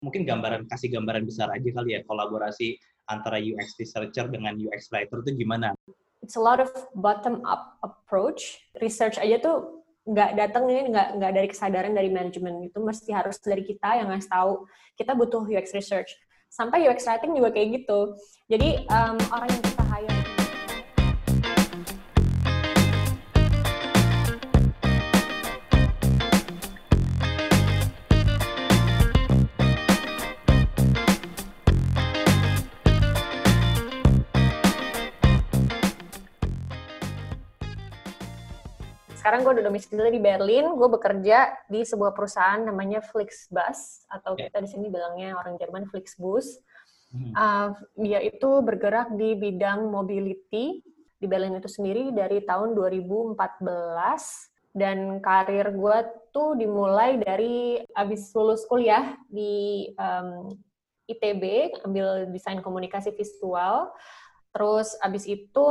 mungkin kasih gambaran besar aja kali ya, kolaborasi antara UX researcher dengan UX writer itu gimana? It's a lot of bottom up approach. Research aja tuh nggak dari kesadaran dari manajemen, itu mesti harus dari kita yang ngasih tahu kita butuh UX research. Sampai UX writing juga kayak gitu. Jadi orang yang kita hire. Sekarang gue udah domisili di Berlin, gue bekerja di sebuah perusahaan namanya Flixbus, atau kita di sini bilangnya orang Jerman Flixbus. Dia itu bergerak di bidang mobility di Berlin itu sendiri dari tahun 2014, dan karir gue tuh dimulai dari abis lulus kuliah di ITB, ambil desain komunikasi visual, terus abis itu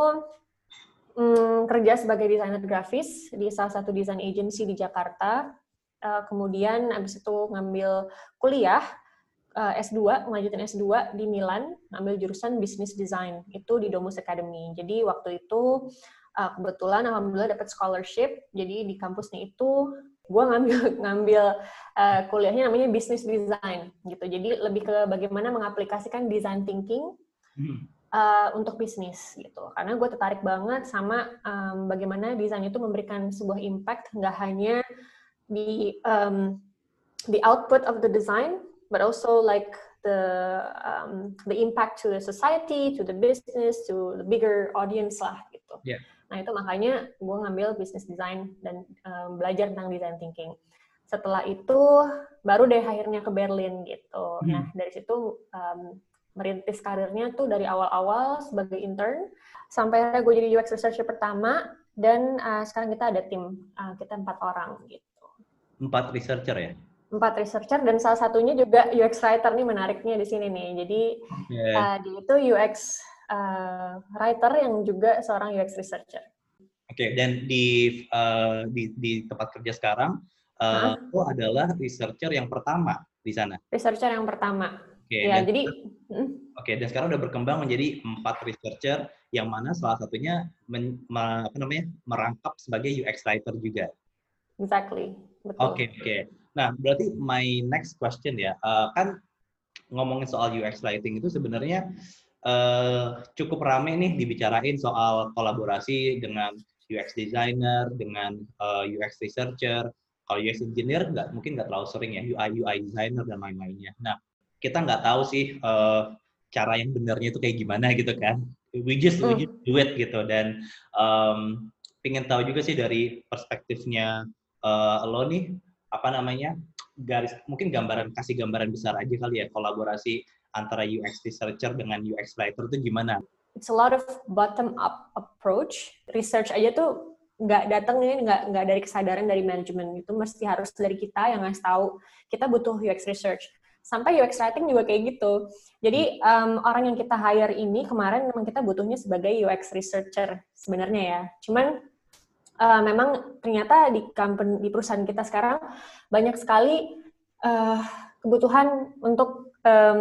kerja sebagai desainer grafis di salah satu design agency di Jakarta. Kemudian abis itu ngambil kuliah S2, melanjutin S2 di Milan, ngambil jurusan Business Design, itu di Domus Academy. Jadi waktu itu kebetulan alhamdulillah dapat scholarship, jadi di kampusnya itu gue ngambil kuliahnya namanya Business Design gitu. Jadi lebih ke bagaimana mengaplikasikan design thinking untuk bisnis gitu, karena gue tertarik banget sama bagaimana desain itu memberikan sebuah impact nggak hanya di output of the design, but also like the impact to the society, to the business, to the bigger audience lah gitu. Yeah. Nah itu makanya gue ngambil business design dan belajar tentang design thinking. Setelah itu baru deh akhirnya ke Berlin gitu. Nah dari situ merintis karirnya tuh dari awal-awal sebagai intern sampai akhirnya gue jadi UX researcher pertama, dan sekarang kita ada tim, kita 4 orang gitu. 4 researcher ya? 4 researcher, dan salah satunya juga UX writer nih, menariknya di sini nih. Jadi dia itu UX writer yang juga seorang UX researcher. Oke, dan di tempat kerja sekarang itu adalah researcher yang pertama di sana? Researcher yang pertama. Oke, ya, dan jadi dan sekarang udah berkembang menjadi 4 researcher, yang mana salah satunya merangkap sebagai UX writer juga. Exactly, betul. Oke. Nah, berarti my next question ya, kan ngomongin soal UX writing itu sebenarnya cukup rame nih dibicarain soal kolaborasi dengan UX designer, dengan UX researcher. Kalau UX engineer mungkin nggak terlalu sering ya, UI designer dan lain-lainnya. Nah, kita nggak tahu sih cara yang benernya itu kayak gimana gitu kan. We just do it gitu. Dan pengen tahu juga sih dari perspektifnya lo nih, mungkin kasih gambaran besar aja kali ya, kolaborasi antara UX researcher dengan UX writer itu gimana? It's a lot of bottom up approach. Research aja tuh nggak dari kesadaran dari manajemen, itu mesti harus dari kita yang ngasih tahu kita butuh UX research. Sampai UX writing juga kayak gitu. Jadi orang yang kita hire ini kemarin memang kita butuhnya sebagai UX researcher sebenarnya ya. Cuman memang ternyata di perusahaan kita sekarang banyak sekali kebutuhan untuk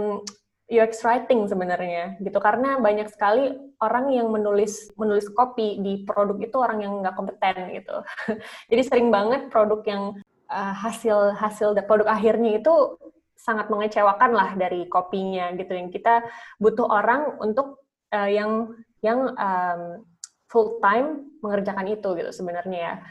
UX writing sebenarnya gitu, karena banyak sekali orang yang menulis copy di produk itu orang yang nggak kompeten gitu. Jadi sering banget produk yang hasil produk akhirnya itu sangat mengecewakan lah dari kopinya gitu, yang kita butuh orang untuk yang full time mengerjakan itu gitu sebenarnya ya.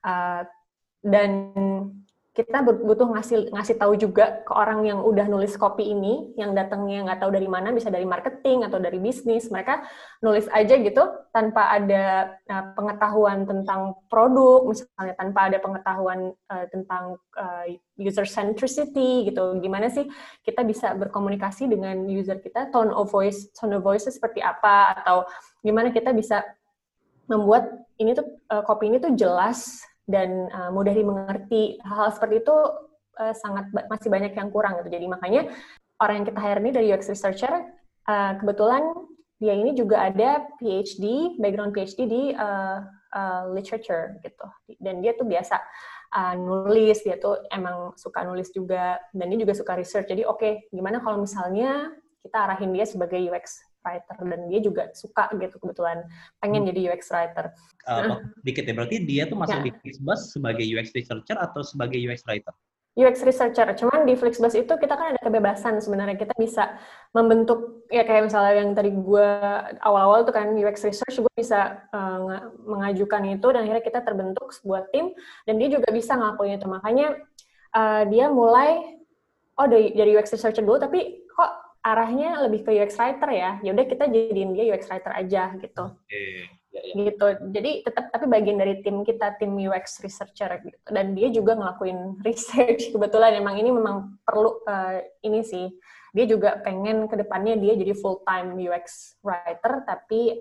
Dan kita butuh ngasih tahu juga ke orang yang udah nulis copy ini, yang datangnya nggak tahu dari mana, bisa dari marketing atau dari bisnis, mereka nulis aja gitu tanpa ada pengetahuan tentang produk, misalnya tanpa ada pengetahuan tentang user centricity gitu. Gimana sih kita bisa berkomunikasi dengan user kita, tone of voice seperti apa, atau gimana kita bisa membuat ini tuh copy ini tuh jelas dan mudah dimengerti. Hal-hal seperti itu masih banyak yang kurang gitu. Jadi makanya orang yang kita hire ini dari UX researcher, kebetulan dia ini juga ada background PhD di literature gitu. Dan dia tuh biasa nulis, dia tuh emang suka nulis juga, dan dia juga suka research. Jadi oke, gimana kalau misalnya kita arahin dia sebagai UX writer, dan dia juga suka gitu, kebetulan pengen jadi UX writer. Dikit ya, berarti dia tuh masuk di Ya. Flixbus sebagai UX researcher atau sebagai UX writer? UX researcher, cuman di Flixbus itu kita kan ada kebebasan sebenarnya, kita bisa membentuk, ya kayak misalnya yang tadi gue awal-awal tuh kan UX research, gue bisa mengajukan itu, dan akhirnya kita terbentuk sebuah tim, dan dia juga bisa ngelakuin itu. Makanya dia mulai, dari UX researcher dulu, tapi kok arahnya lebih ke UX writer ya, yaudah kita jadiin dia UX writer aja gitu. Gitu. Jadi tetap tapi bagian dari tim kita, tim UX researcher gitu. Dan dia juga ngelakuin research. Kebetulan emang ini memang perlu ini sih. Dia juga pengen ke depannya dia jadi full time UX writer, tapi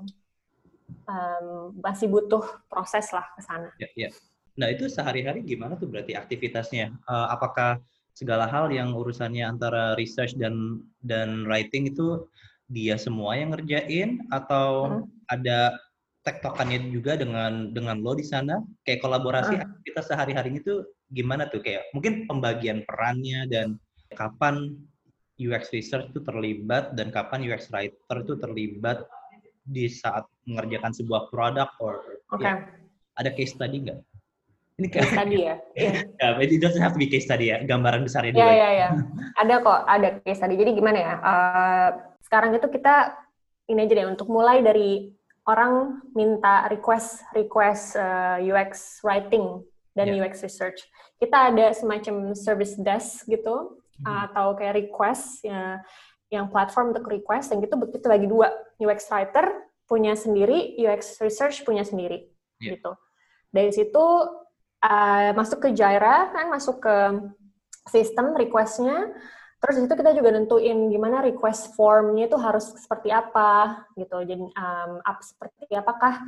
masih butuh proses lah ke sana. Ya. Nah, itu sehari-hari gimana tuh berarti aktivitasnya? Apakah segala hal yang urusannya antara research dan writing itu dia semua yang ngerjain, atau ada tektokannya juga dengan lo di sana? Kayak kolaborasi aktivitas sehari-harinya itu gimana tuh? Kayak mungkin pembagian perannya, dan kapan UX research itu terlibat dan kapan UX writer itu terlibat di saat mengerjakan sebuah produk, ya, ada case study nggak? Ini case study ya? Yeah. It doesn't have to be case study ya, gambaran besarnya dulu. Ya. Ada kok, ada case study. Jadi gimana ya? Sekarang itu kita ini aja deh, untuk mulai dari orang minta request UX writing dan UX research. Kita ada semacam service desk gitu, atau kayak request ya, yang platform untuk request, dan gitu kita bagi dua, UX writer punya sendiri, UX research punya sendiri, gitu. Dari situ masuk ke Jira, kan masuk ke sistem request-nya, terus itu kita juga nentuin gimana request form-nya itu harus seperti apa, gitu. Jadi seperti apakah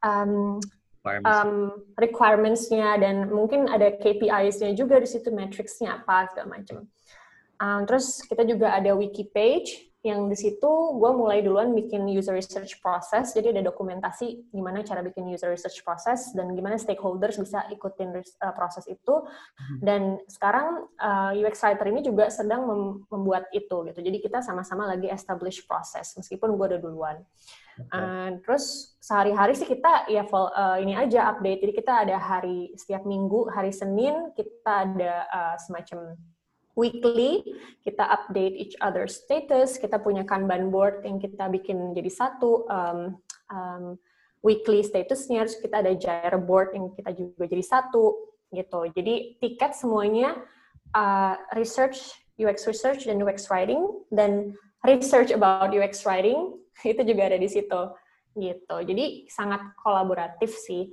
requirements-nya, dan mungkin ada KPIs-nya juga di situ, metrics-nya apa, segala macam. Terus kita juga ada wiki page, yang di situ gue mulai duluan bikin user research process, jadi ada dokumentasi gimana cara bikin user research process, dan gimana stakeholders bisa ikutin proses itu. Dan sekarang UX writer ini juga sedang membuat itu, gitu. Jadi kita sama-sama lagi establish proses, meskipun gue udah duluan. Terus sehari-hari sih kita ya ini aja update, jadi kita ada setiap minggu, hari Senin kita ada semacam weekly, kita update each other status, kita punya Kanban board yang kita bikin jadi satu weekly statusnya, terus kita ada Jira board yang kita juga jadi satu, gitu. Jadi tiket semuanya research, UX research dan UX writing, dan research about UX writing itu juga ada di situ, gitu. Jadi sangat kolaboratif sih.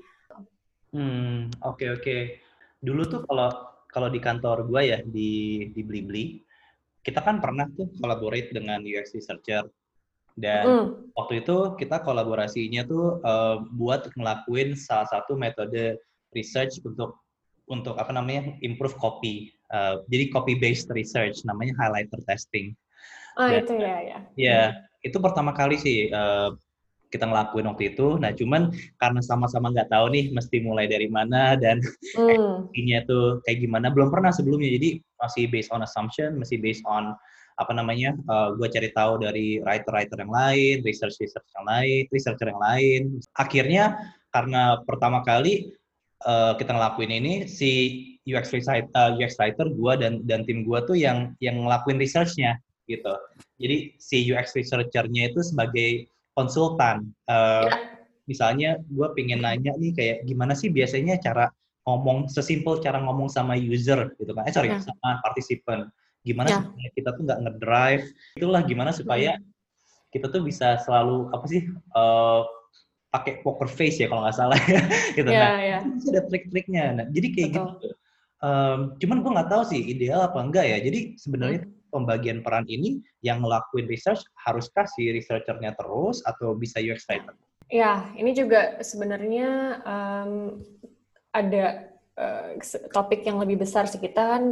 Oke. Dulu tuh kalau di kantor gue ya, di Blibli, kita kan pernah tuh collaborate dengan UX researcher, dan waktu itu kita kolaborasinya tuh buat ngelakuin salah satu metode research untuk apa namanya, improve copy. Jadi copy based research, namanya highlighter testing. Itu ya. Ya, itu pertama kali sih kita ngelakuin waktu itu. Nah, cuman karena sama-sama nggak tahu nih mesti mulai dari mana dan eksekusinya tuh kayak gimana, belum pernah sebelumnya. Jadi masih based on assumption, masih based on apa namanya, gue cari tahu dari writer-writer yang lain, researcher yang lain. Akhirnya karena pertama kali kita ngelakuin ini, si UX writer gue dan tim gue tuh yang ngelakuin research-nya gitu. Jadi si UX researcher-nya itu sebagai konsultan. Misalnya gue pengen nanya nih, kayak gimana sih biasanya cara ngomong, sesimpel cara ngomong sama user gitu kan, sama partisipan. Gimana supaya kita tuh nggak ngedrive, itulah gimana supaya kita tuh bisa selalu apa sih pakai poker face ya kalau nggak salah ya gitu. Itu ada trik-triknya. Nah, jadi kayak gitu. Cuman gue nggak tahu sih ideal apa enggak ya. Jadi sebenarnya pembagian peran ini yang ngelakuin research, haruskah si researchernya terus atau bisa UX writer? Ya, ini juga sebenarnya ada topik yang lebih besar sih. Kita kan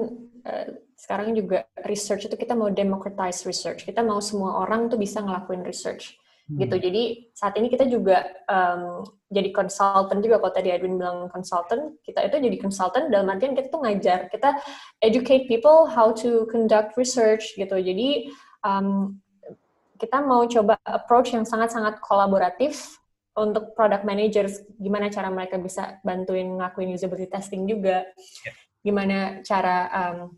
sekarang juga research itu kita mau democratize research. Kita mau semua orang tuh bisa ngelakuin research. gitu. Jadi saat ini kita juga jadi consultant juga. Kalau tadi Edwin bilang consultant, kita itu jadi consultant dalam artian kita tuh ngajar, kita educate people how to conduct research gitu. Jadi kita mau coba approach yang sangat-sangat kolaboratif untuk product managers, gimana cara mereka bisa bantuin ngakuin usability testing juga, gimana cara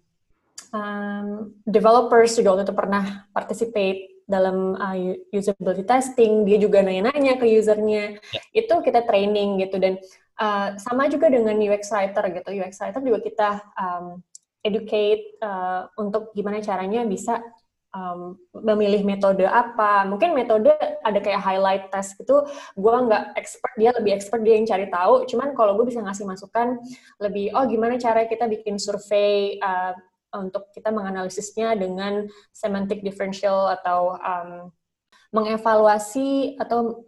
developers juga waktu itu pernah participate dalam usability testing, dia juga nanya-nanya ke usernya, itu kita training gitu. Dan sama juga dengan UX writer gitu, UX writer juga kita educate untuk gimana caranya bisa memilih metode apa. Mungkin metode ada kayak highlight test gitu, gue nggak expert, dia lebih expert, dia yang cari tahu. Cuman kalau gue bisa ngasih masukan lebih, gimana cara kita bikin survei untuk kita menganalisisnya dengan semantic differential atau mengevaluasi atau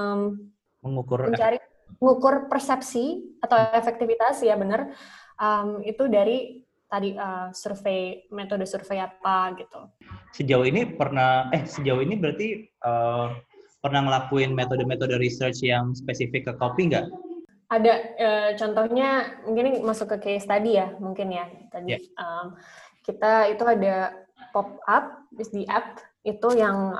mengukur persepsi atau efektivitas, ya benar, itu dari tadi metode survei apa gitu. Sejauh ini berarti pernah ngelakuin metode-metode research yang spesifik ke kopi nggak? Ada contohnya, mungkin masuk ke case study ya, mungkin ya. Tadi kita itu ada pop-up di app itu yang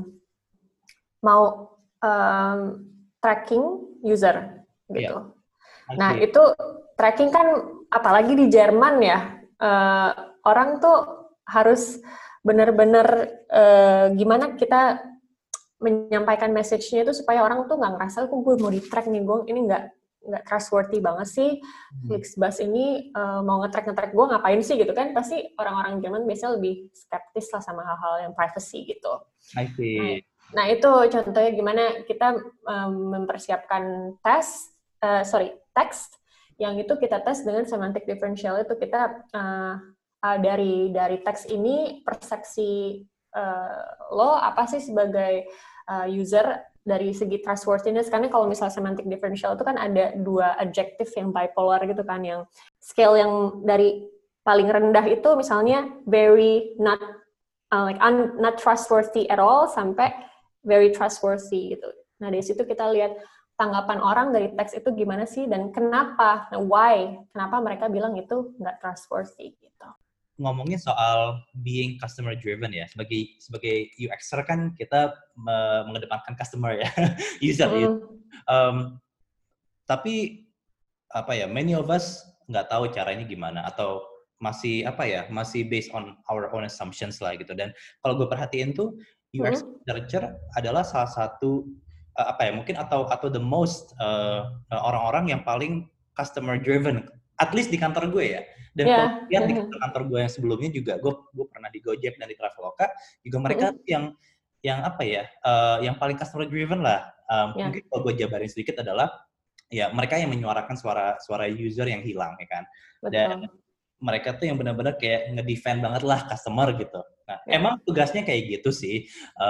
mau tracking user gitu. Nah itu tracking kan, apalagi di Jerman ya, orang tuh harus benar-benar gimana kita menyampaikan message-nya itu supaya orang tuh nggak ngerasa kok gue mau di-track nih, gue ini nggak trustworthy banget sih, Flixbus ini mau nge-track gue ngapain sih gitu kan, pasti orang-orang Jerman biasanya lebih skeptis lah sama hal-hal yang privacy gitu. I see. Nah itu contohnya gimana kita mempersiapkan text yang itu kita tes dengan semantic differential. Itu kita dari teks ini persepsi lo apa sih sebagai user dari segi trustworthiness, karena kalau misalnya semantic differential itu kan ada dua adjektif yang bipolar gitu kan, yang scale yang dari paling rendah itu misalnya very not not trustworthy at all sampai very trustworthy gitu. Nah dari situ kita lihat tanggapan orang dari teks itu gimana sih dan kenapa, kenapa mereka bilang itu nggak trustworthy gitu. Ngomongin soal being customer driven ya, sebagai UXer kan kita mengedepankan customer ya, user. Tapi many of us nggak tahu caranya gimana, atau masih based on our own assumptions lah gitu. Dan kalau gue perhatiin tuh UX researcher adalah salah satu mungkin atau the most orang-orang yang paling customer driven, at least di kantor gue ya. Dan kalau lihat di kantor gue yang sebelumnya juga, gue pernah di Gojek dan di Traveloka juga, mereka yang yang paling customer driven lah. Mungkin kalau gue jabarin sedikit adalah ya mereka yang menyuarakan suara user yang hilang ya kan. Dan mereka tuh yang benar-benar kayak ngedefend banget lah customer gitu. Nah, emang tugasnya kayak gitu sih.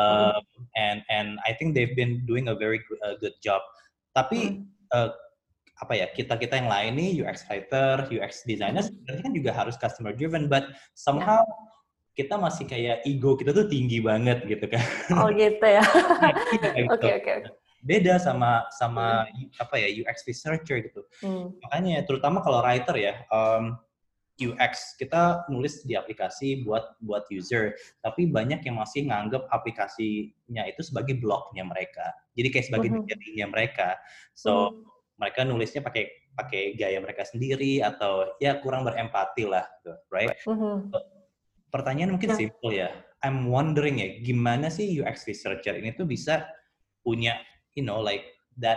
And I think they've been doing a very good job. Tapi kita yang lain nih, UX writer, UX designer, sebenarnya kan juga harus customer driven, but somehow kita masih kayak ego kita tuh tinggi banget gitu kan. Oh gitu ya. Oke. Beda sama UX researcher gitu. Makanya terutama kalau writer ya, UX kita nulis di aplikasi buat user, tapi banyak yang masih nganggap aplikasinya itu sebagai blognya mereka. Jadi kayak sebagai jadinya mereka. So mereka nulisnya pakai gaya mereka sendiri atau ya kurang berempati lah, right? Pertanyaan mungkin simple ya. I'm wondering ya, gimana sih UX researcher ini tuh bisa punya, that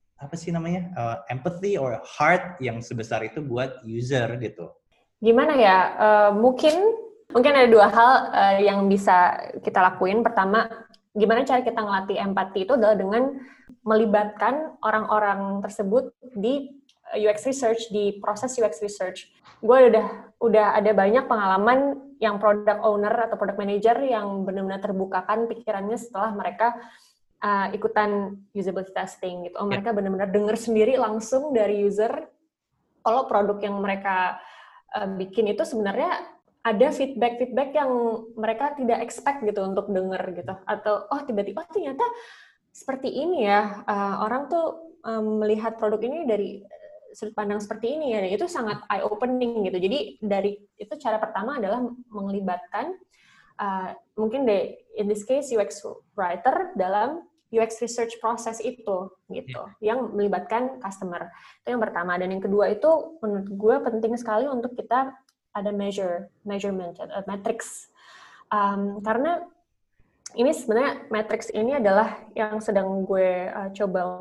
empathy or heart yang sebesar itu buat user gitu. Gimana ya? Mungkin ada dua hal yang bisa kita lakuin. Pertama, gimana cara kita ngelatih empati itu adalah dengan melibatkan orang-orang tersebut di UX research, di proses UX research. Gue udah ada banyak pengalaman yang product owner atau product manager yang benar-benar terbukakan pikirannya setelah mereka ikutan usability testing gitu. Mereka benar-benar dengar sendiri langsung dari user kalau produk yang mereka bikin itu sebenarnya ada feedback yang mereka tidak expect gitu untuk denger gitu, atau tiba-tiba ternyata seperti ini ya, orang tuh melihat produk ini dari sudut pandang seperti ini ya, dan itu sangat eye opening gitu. Jadi dari itu cara pertama adalah melibatkan mungkin in this case UX writer dalam UX research process itu gitu, yang melibatkan customer. Itu yang pertama. Dan yang kedua itu menurut gue penting sekali untuk kita ada measurement, matrix. Karena ini sebenarnya matrix ini adalah yang sedang gue coba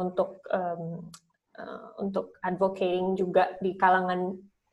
untuk advocating juga di kalangan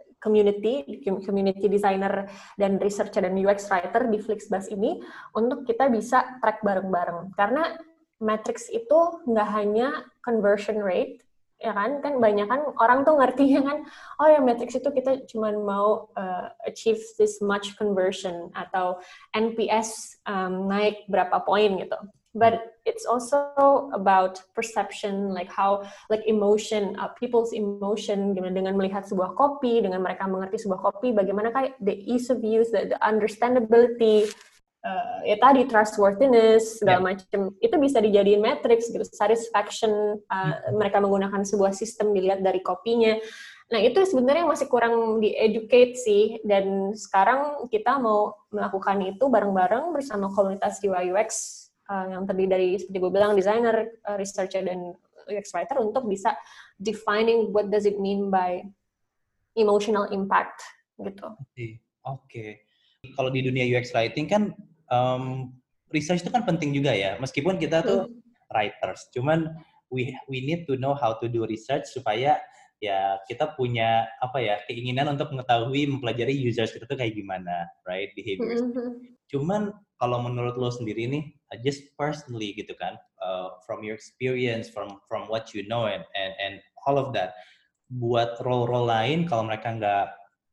community designer dan researcher dan UX writer di Flixbus ini, untuk kita bisa track bareng-bareng. Karena matrix itu nggak hanya conversion rate, ya kan banyak kan orang tuh ngertinya kan, matrix itu kita cuma mau achieve this much conversion atau NPS naik berapa poin gitu. But it's also about perception, like how, like emotion, people's emotion, dengan melihat sebuah kopi, dengan mereka mengerti sebuah kopi, bagaimana kayak the ease of use, the understandability, tadi trustworthiness, segala macam, itu bisa dijadiin matrix gitu, satisfaction, mereka menggunakan sebuah sistem dilihat dari kopinya. Nah, itu sebenarnya masih kurang di-educate sih, dan sekarang kita mau melakukan itu bareng-bareng bersama komunitas UI UX yang terdiri dari, seperti gue bilang, designer, researcher, dan UX writer, untuk bisa defining what does it mean by emotional impact gitu. Oke. Kalau di dunia UX writing kan research itu kan penting juga ya, meskipun kita tuh writers, cuman we need to know how to do research supaya ya kita punya keinginan untuk mengetahui, mempelajari users kita tuh kayak gimana, right, behaviors. Cuman kalau menurut lo sendiri nih, just personally gitu kan, from your experience, from what you know and all of that, buat role lain kalau mereka nggak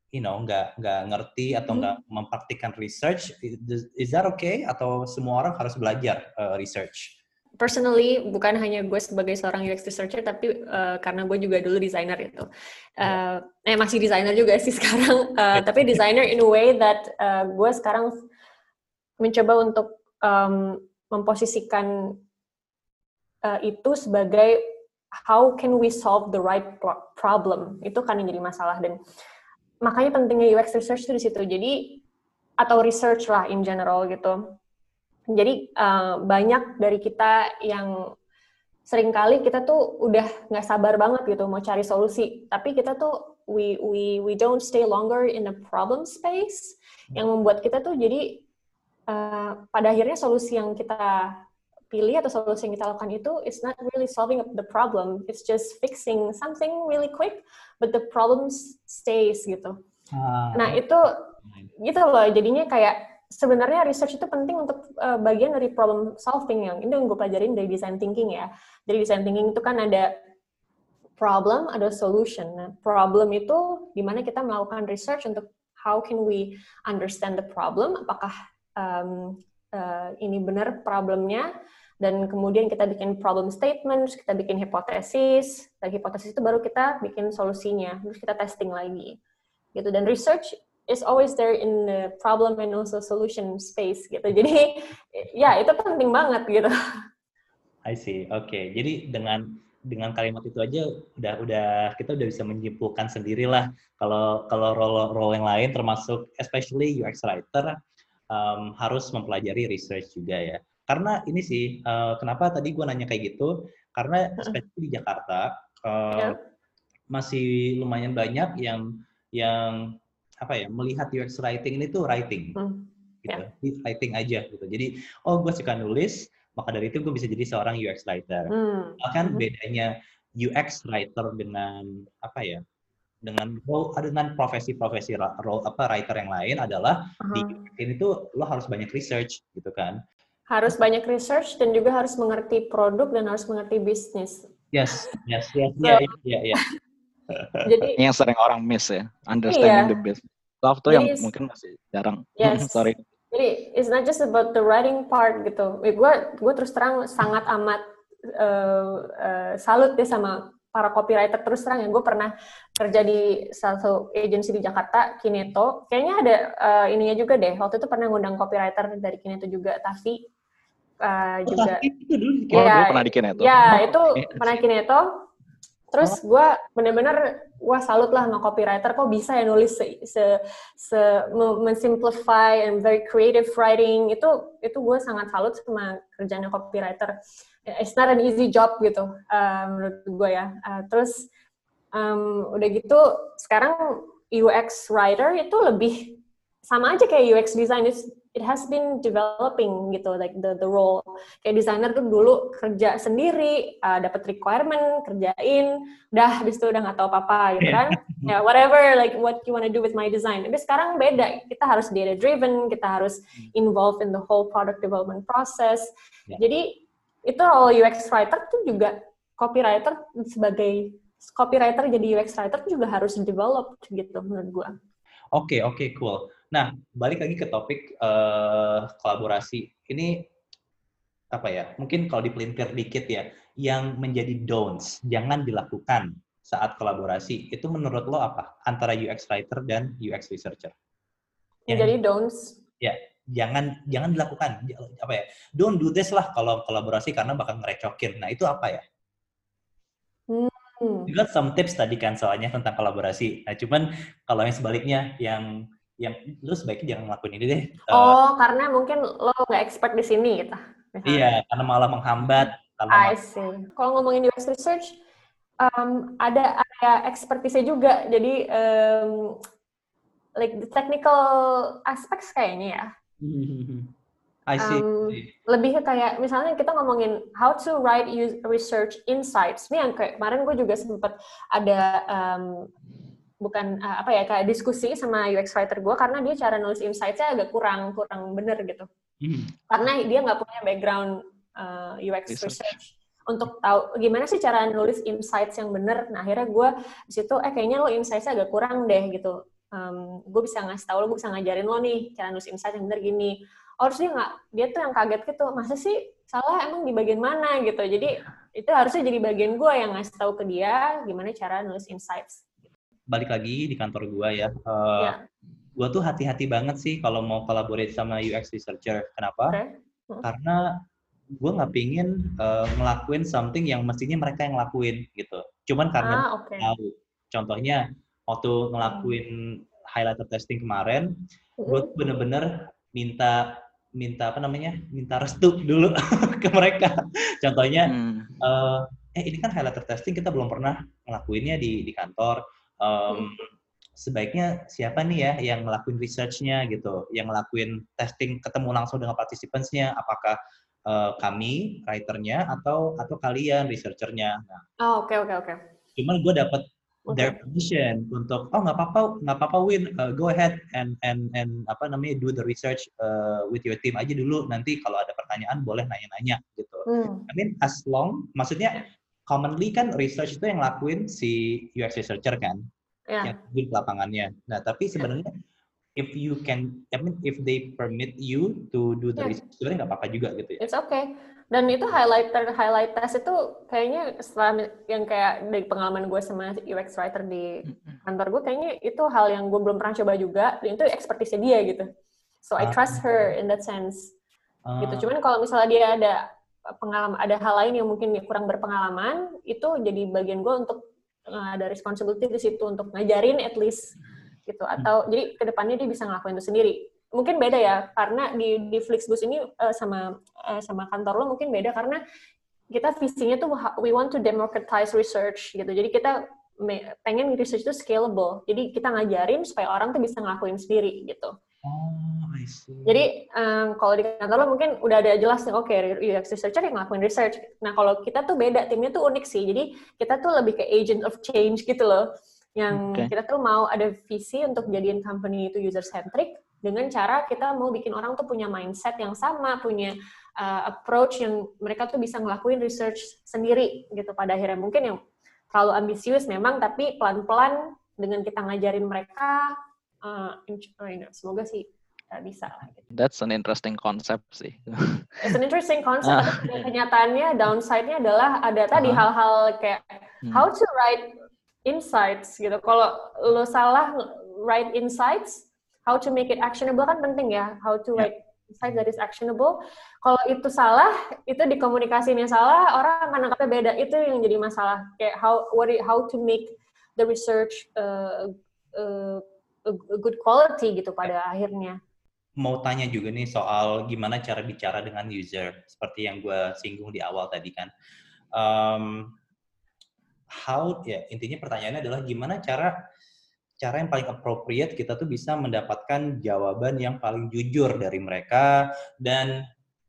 ngerti atau nggak mempraktikkan research, is that okay? Atau semua orang harus belajar research? Personally, bukan hanya gue sebagai seorang UX researcher, tapi karena gue juga dulu desainer gitu. Masih desainer juga sih sekarang, tapi desainer in a way that gue sekarang mencoba untuk memposisikan itu sebagai how can we solve the right problem. Itu kan yang jadi masalah, dan makanya pentingnya UX research itu di situ. Jadi, atau research lah in general gitu. Jadi banyak dari kita yang seringkali kita tuh udah nggak sabar banget gitu mau cari solusi, tapi kita tuh we don't stay longer in a problem space, yang membuat kita tuh jadi pada akhirnya solusi yang kita pilih atau solusi yang kita lakukan itu is not really solving the problem, it's just fixing something really quick, but the problem stays gitu. Nah itu gitu loh, jadinya kayak sebenarnya research itu penting untuk bagian dari problem solving, yang ini gue pelajarin dari design thinking ya. Dari design thinking itu kan ada problem, ada solution. Nah, problem itu dimana kita melakukan research untuk how can we understand the problem, apakah ini benar problemnya, dan kemudian kita bikin problem statement, kita bikin hipotesis, dari hipotesis itu baru kita bikin solusinya, terus kita testing lagi, gitu. Dan research is always there in the problem and also solution space, gitu. Jadi, ya itu penting banget, gitu. I see, oke. Jadi dengan kalimat itu aja udah kita udah bisa menyimpulkan sendirilah kalau role yang lain, termasuk especially UX writer, harus mempelajari research juga ya. Karena ini sih, kenapa tadi gue nanya kayak gitu, karena especially di Jakarta, masih lumayan banyak yang melihat UX writing ini tuh writing, gitu, writing aja gitu. Jadi, gue suka nulis, maka dari itu gue bisa jadi seorang UX writer. Bahkan bedanya UX writer dengan dengan profesi-profesi writer yang lain adalah di ini tuh lo harus banyak research gitu kan. Harus banyak research dan juga harus mengerti produk dan harus mengerti bisnis. Yes. Jadi yang sering orang miss ya, understanding the business. Love tuh yang mungkin masih jarang. Sorry. Jadi it's not just about the writing part gitu. Gue terus terang sangat amat salut deh sama para copywriter terus terang ya, gue pernah kerja di satu agency di Jakarta, Kineto. Kayaknya ada ininya juga deh. Waktu itu pernah ngundang copywriter dari Kineto juga, Tavi juga. Itu dulu. Dulu pernah di Kineto. Ya, itu pernah Kineto. Terus gue bener-bener salut lah sama copywriter, kok bisa ya nulis mensimplify and very creative writing. Itu gue sangat salut sama kerjanya copywriter. It's not an easy job gitu menurut gue ya. Terus udah gitu sekarang UX writer itu lebih sama aja kayak UX design. It has been developing gitu, like the role. Kayak designer tuh dulu kerja sendiri, dapat requirement, kerjain, habis itu udah nggak tahu apa-apa gitu kan. Ya, whatever, like what you wanna do with my design. Tapi sekarang beda, kita harus data driven, kita harus involved in the whole product development process. Jadi itu all UX writer tuh juga copywriter, sebagai copywriter jadi UX writer juga harus develop gitu menurut gua. Oke, cool. Nah, balik lagi ke topik kolaborasi. Ini apa ya? Mungkin kalau dipelintir dikit ya, yang menjadi don'ts, jangan dilakukan saat kolaborasi. Itu menurut lo apa? Antara UX writer dan UX researcher. Jadi don'ts. Ya, jangan dilakukan. Apa ya? Don't do this lah kalau kolaborasi karena bakal ngerecokin. Nah, itu apa ya? You got some tips tadi kan soalnya tentang kolaborasi. Nah, cuman kalau yang sebaliknya, yang lu sebaiknya jangan ngelakuin ini deh. Karena mungkin lo nggak expert di sini gitu. Misalnya. Iya, karena malah menghambat. I see. Kalau ngomongin UX research, ada expertise juga. Jadi, like the technical aspects kayaknya ya. I see. Lebih kayak misalnya kita ngomongin how to write research insights. Ini yang kayak kemarin gue juga sempat ada kayak diskusi sama UX writer gue karena dia cara nulis insights-nya agak kurang bener gitu. Karena dia nggak punya background UX research untuk tahu gimana sih cara nulis insights yang bener. Nah akhirnya gue di situ kayaknya lo insights-nya agak kurang deh gitu. Gue bisa ngasih tahu lo, gue bisa ngajarin lo nih cara nulis insight yang bener gini. Harusnya dia tuh yang kaget gitu, masa sih salah emang di bagian mana gitu. Jadi itu harusnya jadi bagian gue yang ngasih tahu ke dia gimana cara nulis insights. Balik lagi di kantor gue ya. Gue tuh hati-hati banget sih kalau mau collaborate sama UX researcher. Kenapa? Karena gue nggak pingin ngelakuin something yang mestinya mereka yang ngelakuin gitu. Cuman karena tahu. Contohnya waktu ngelakuin highlighter testing kemarin, gue tuh bener-bener minta restu dulu ke mereka. Contohnya, ini kan highlighter testing kita belum pernah ngelakuinnya di kantor. Sebaiknya siapa nih ya yang ngelakuin research-nya gitu, yang ngelakuin testing ketemu langsung dengan participants-nya, apakah kami writer-nya atau kalian researcher-nya. Nah, oke. Cuman gue dapat their permission untuk nggak apa-apa Win, go ahead and do the research with your team aja dulu, nanti kalau ada pertanyaan boleh nanya-nanya gitu. I mean as long, maksudnya commonly kan research itu yang lakuin si UX researcher kan, yang di lapangannya. Nah tapi sebenarnya if they permit you to do the research, sebenarnya nggak apa-apa juga gitu ya. It's okay. Dan itu highlight test itu kayaknya setelah yang kayak dari pengalaman gue sama UX writer di kantor gue, kayaknya itu hal yang gue belum pernah coba juga, dan itu expertise dia gitu. So I trust her in that sense. Gitu. Cuman kalau misalnya dia ada pengalaman, ada hal lain yang mungkin kurang berpengalaman, itu jadi bagian gue untuk ada responsibility di situ untuk ngajarin at least gitu. Atau jadi kedepannya dia bisa ngelakuin itu sendiri. Mungkin beda ya, karena di Flixbus ini sama kantor lo mungkin beda, karena kita visinya tuh we want to democratize research gitu. Jadi kita pengen research itu scalable. Jadi kita ngajarin supaya orang tuh bisa ngelakuin sendiri gitu. I see. Jadi kalau di kantor lo mungkin udah ada jelas nih, oke, UX researcher yang ngelakuin research. Nah kalau kita tuh beda, timnya tuh unik sih. Jadi kita tuh lebih ke agent of change gitu loh. Yang kita tuh mau ada visi untuk jadiin company itu user-centric, dengan cara kita mau bikin orang tuh punya mindset yang sama, punya approach yang mereka tuh bisa ngelakuin research sendiri gitu pada akhirnya. Mungkin yang terlalu ambisius memang, tapi pelan-pelan dengan kita ngajarin mereka, semoga sih bisa lah. Gitu. That's an interesting concept sih. It's an interesting concept, tapi kenyataannya downside-nya adalah ada tadi hal-hal kayak How to write insights gitu. Kalau lo salah write insights, how to make it actionable kan penting ya. How to write insight that is actionable. Kalau itu salah, itu di komunikasinya salah, orang akan nangkapnya beda. Itu yang jadi masalah. Kayak how to make the research a good quality gitu pada akhirnya. Mau tanya juga nih soal gimana cara bicara dengan user, seperti yang gue singgung di awal tadi kan. Intinya pertanyaannya adalah gimana cara yang paling appropriate kita tuh bisa mendapatkan jawaban yang paling jujur dari mereka, dan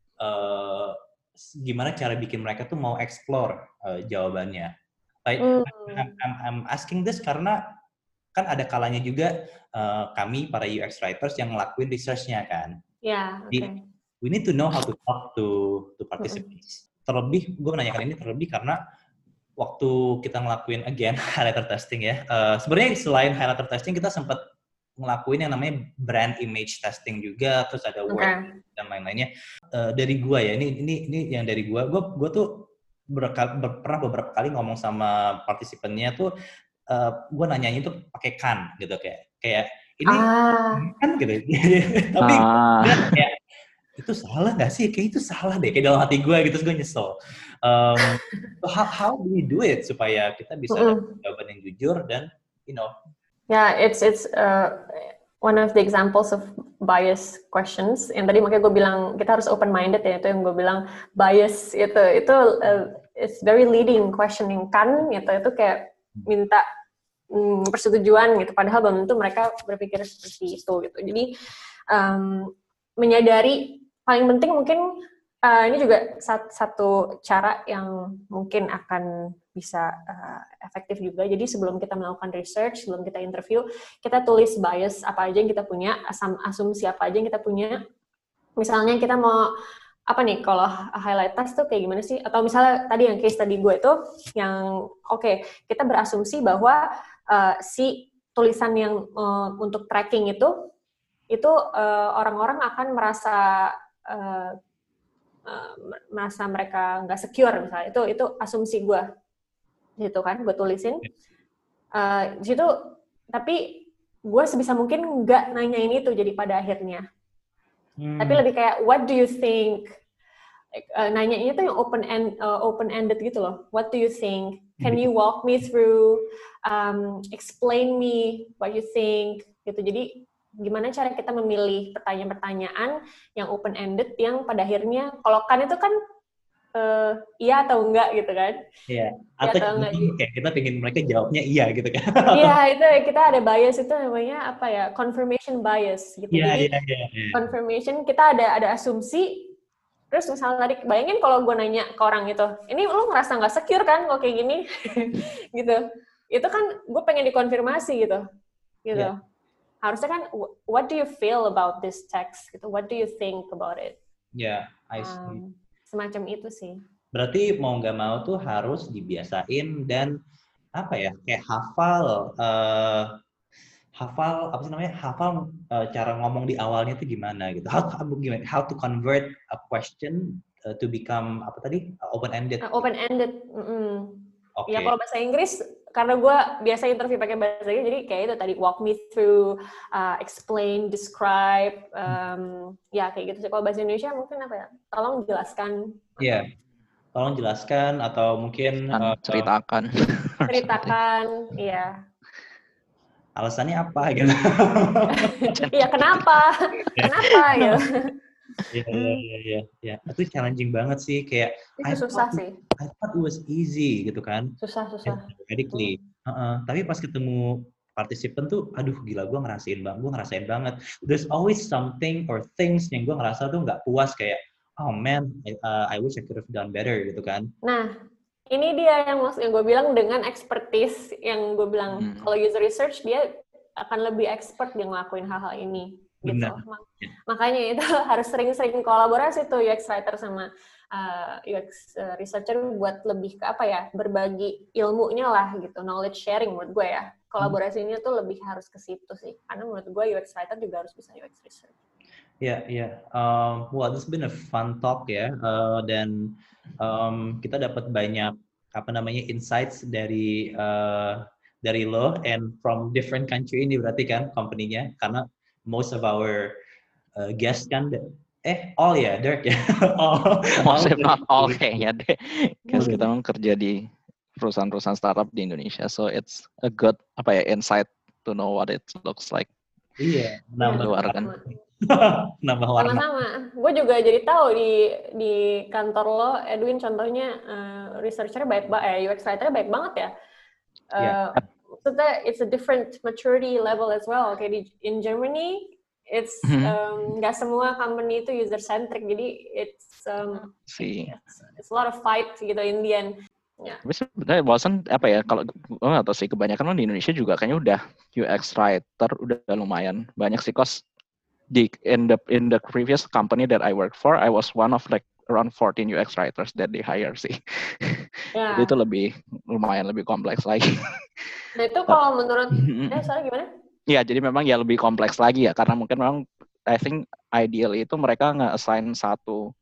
gimana cara bikin mereka tuh mau explore jawabannya. I'm asking this karena kan ada kalanya juga kami para UX writers yang ngelakuin research-nya kan. Okay. We need to know how to talk to participants. Terlebih, gue menanyakan ini terlebih karena waktu kita ngelakuin highlighter testing ya. Sebenarnya selain highlighter testing kita sempat ngelakuin yang namanya brand image testing juga, terus ada word dan lain-lainnya. Dari gue ya, ini yang dari gue tuh pernah beberapa kali ngomong sama partisipannya tuh, gue nanyanya tuh pakai kan gitu, kayak ini kan gitu. Tapi kayak itu salah nggak sih? Kayak itu salah deh, kayak dalam hati gue gitu, terus gue nyesel. So how do we do it supaya kita bisa dapat jawaban yang jujur dan it's one of the examples of bias questions. Yang tadi makanya gue bilang kita harus open minded ya, itu yang gue bilang bias itu it's very leading questioning kan itu kayak minta persetujuan gitu, padahal belum tentu mereka berpikir seperti itu gitu. Jadi menyadari paling penting mungkin ini juga satu cara yang mungkin akan bisa efektif juga. Jadi sebelum kita melakukan research, sebelum kita interview, kita tulis bias apa aja yang kita punya, asumsi apa aja yang kita punya. Misalnya kita mau apa nih, kalau highlight test tuh kayak gimana sih? Atau misalnya tadi yang case tadi gue itu yang kita berasumsi bahwa si tulisan yang untuk tracking itu orang-orang akan merasa mereka nggak secure misalnya, itu asumsi gue gitu kan, gue tulisin di situ, tapi gue sebisa mungkin nggak nanyain itu jadi pada akhirnya, tapi lebih kayak what do you think, nanyanya tuh yang open ended gitu loh. What do you think? Can you walk me through, explain me what you think gitu. Jadi gimana cara kita memilih pertanyaan-pertanyaan yang open ended yang pada akhirnya kalau kan itu kan iya atau enggak gitu kan. Iya. Atau kayak kita pengen mereka jawabnya iya gitu kan. Iya, itu kita ada bias, itu namanya apa ya, confirmation bias gitu. Jadi confirmation, kita ada asumsi. Terus misalnya tadi, bayangin kalau gue nanya ke orang itu, ini lu ngerasa nggak secure kan kalau kayak gini? Gitu. Itu kan gue pengen dikonfirmasi gitu. Yeah. Harusnya kan, what do you feel about this text? Gitu. What do you think about it? Ya, I see. Semacam itu sih. Berarti mau nggak mau tuh harus dibiasain dan apa ya, kayak hafal cara ngomong di awalnya itu gimana gitu. How to convert a question to become apa tadi, open ended. Open ended. Ya kalau bahasa Inggris, karena gue biasa interview pakai bahasa Inggris, jadi kayak itu tadi, walk me through, explain, describe, ya kayak gitu sih. Kalau bahasa Indonesia mungkin apa ya? Tolong jelaskan. Iya. Tolong jelaskan atau mungkin ceritakan. Ceritakan, iya. Alasannya apa gitu. Iya, kenapa? Kenapa ya? Iya. Itu challenging banget sih, kayak itu susah sih. I thought it was easy gitu kan. Susah. Medically. Tapi pas ketemu partisipan tuh, aduh gila, gue ngerasain banget. There's always something or things yang gue ngerasa tuh nggak puas, kayak oh man, I wish I could have done better gitu kan. Nah, ini dia yang gue bilang dengan expertise yang gue bilang, kalau user research dia akan lebih expert dia ngelakuin hal-hal ini. Gitu. Makanya itu harus sering-sering kolaborasi tuh UX writer sama UX researcher buat lebih ke apa ya, berbagi ilmunya lah gitu, knowledge sharing menurut gue ya. Kolaborasinya tuh lebih harus ke situ sih. Karena menurut gue UX writer juga harus bisa UX research. Iya. Well, this has been a fun talk ya, dan kita dapat banyak insights dari lo and from different country ini berarti kan company-nya, karena most of our guests kan all ya Dirk ya. Most if not all kayaknya deh. Guys, kita memang kerja di perusahaan-perusahaan startup di Indonesia, so it's a good insight to know what it looks like. Iya, nambah warna. Sama-sama. Gue juga jadi tahu di kantor lo, Edwin contohnya researcher baik banget, UX writer baik banget ya. Maksudnya it's a different maturity level as well. Kayak in Germany, it's nggak semua company itu user centric, jadi it's a lot of fight gitu in the end. Yeah. Tapi sebenarnya bosan kalau gue nggak tahu sih, kebanyakan di Indonesia juga kayaknya udah UX writer udah lumayan banyak sih, cause in the previous company that I worked for, I was one of like around 14 UX writers that they hire sih. Yeah. Jadi itu lumayan lebih kompleks lagi. Nah itu kalau menurut soalnya gimana? Ya, jadi memang ya lebih kompleks lagi ya, karena mungkin memang I think ideally itu mereka nge-assign satu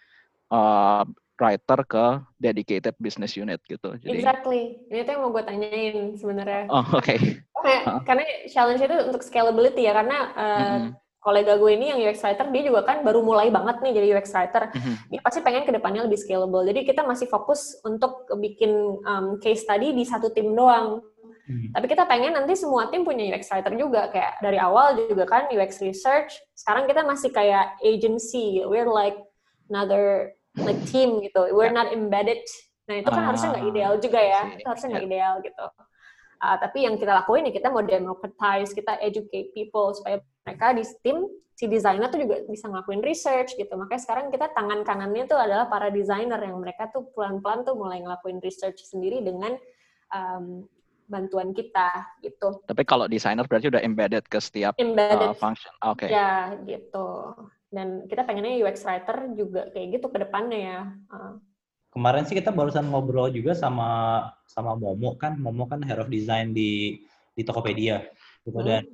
writer ke dedicated business unit gitu. Jadi, exactly. Ini tuh yang mau gue tanyain sebenarnya. Oh, oke. Karena challenge itu untuk scalability ya, karena kolega gue ini yang UX writer, dia juga kan baru mulai banget nih jadi UX writer. Dia pasti pengen ke depannya lebih scalable. Jadi kita masih fokus untuk bikin case study di satu tim doang. Tapi kita pengen nanti semua tim punya UX writer juga, kayak dari awal juga kan UX research. Sekarang kita masih kayak agency, we're like another like team gitu, we're not embedded. Nah itu kan harusnya nggak ideal juga ya, itu harusnya nggak ideal gitu. Tapi yang kita lakuin ya kita mau democratize, kita educate people supaya mereka di tim si desainer tuh juga bisa ngelakuin research gitu. Makanya sekarang kita tangan kanannya tuh adalah para desainer yang mereka tuh pelan-pelan tuh mulai ngelakuin research sendiri dengan bantuan kita gitu. Tapi kalau desainer berarti udah embedded ke setiap function. Oke. Ya gitu. Dan kita pengennya UX writer juga kayak gitu ke depannya ya. Kemarin sih kita barusan ngobrol juga sama Momo kan head of design di Tokopedia gitu. Dan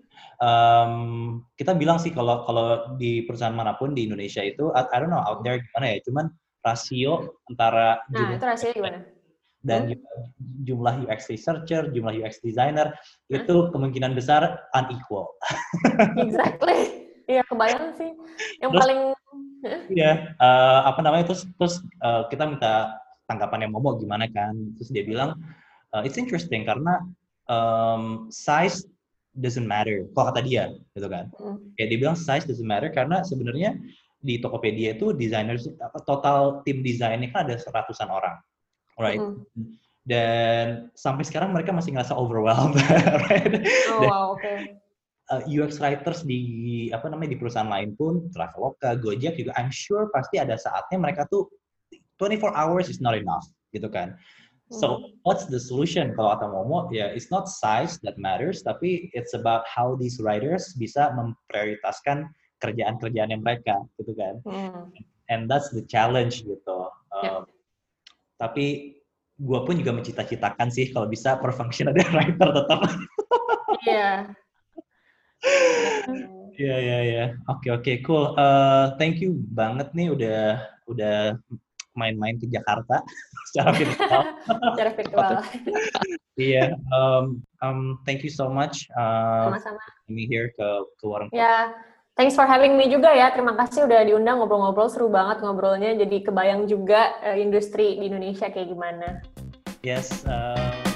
kita bilang sih kalau di perusahaan manapun di Indonesia itu I don't know out there gimana ya, cuman rasio antara itu rasio gimana? Dan jumlah UX researcher, jumlah UX designer itu kemungkinan besar unequal. Exactly. Iya, kebayang sih. Yang paling iya, terus kita minta tanggapannya Momo gimana kan. Terus dia bilang it's interesting karena size doesn't matter. Kalau kata dia gitu kan. Kayak dia bilang size doesn't matter karena sebenarnya di Tokopedia itu designers total tim desainnya kan ada 100-an orang. Right. Dan sampai sekarang mereka masih ngerasa overwhelmed, right? Oh, wow, oke. UX writers di perusahaan lain pun, Traveloka, Gojek juga, I'm sure pasti ada saatnya mereka tuh 24 hours is not enough, gitu kan. So, what's the solution? Kalau kata Momo, ya, it's not size that matters, tapi it's about how these writers bisa memprioritaskan kerjaan-kerjaannya mereka, gitu kan. And that's the challenge, gitu. Tapi gue pun juga mencita-citakan sih kalau bisa per function ada writer tetap. Iya. Iya. Oke, cool. Thank you banget nih udah main-main ke Jakarta secara virtual. Secara virtual. Iya. Thank you so much. Sama-sama. Ini here ke warung. Ya. Thanks for having me juga ya. Terima kasih udah diundang ngobrol-ngobrol. Seru banget ngobrolnya. Jadi kebayang juga industri di Indonesia kayak gimana. Yes.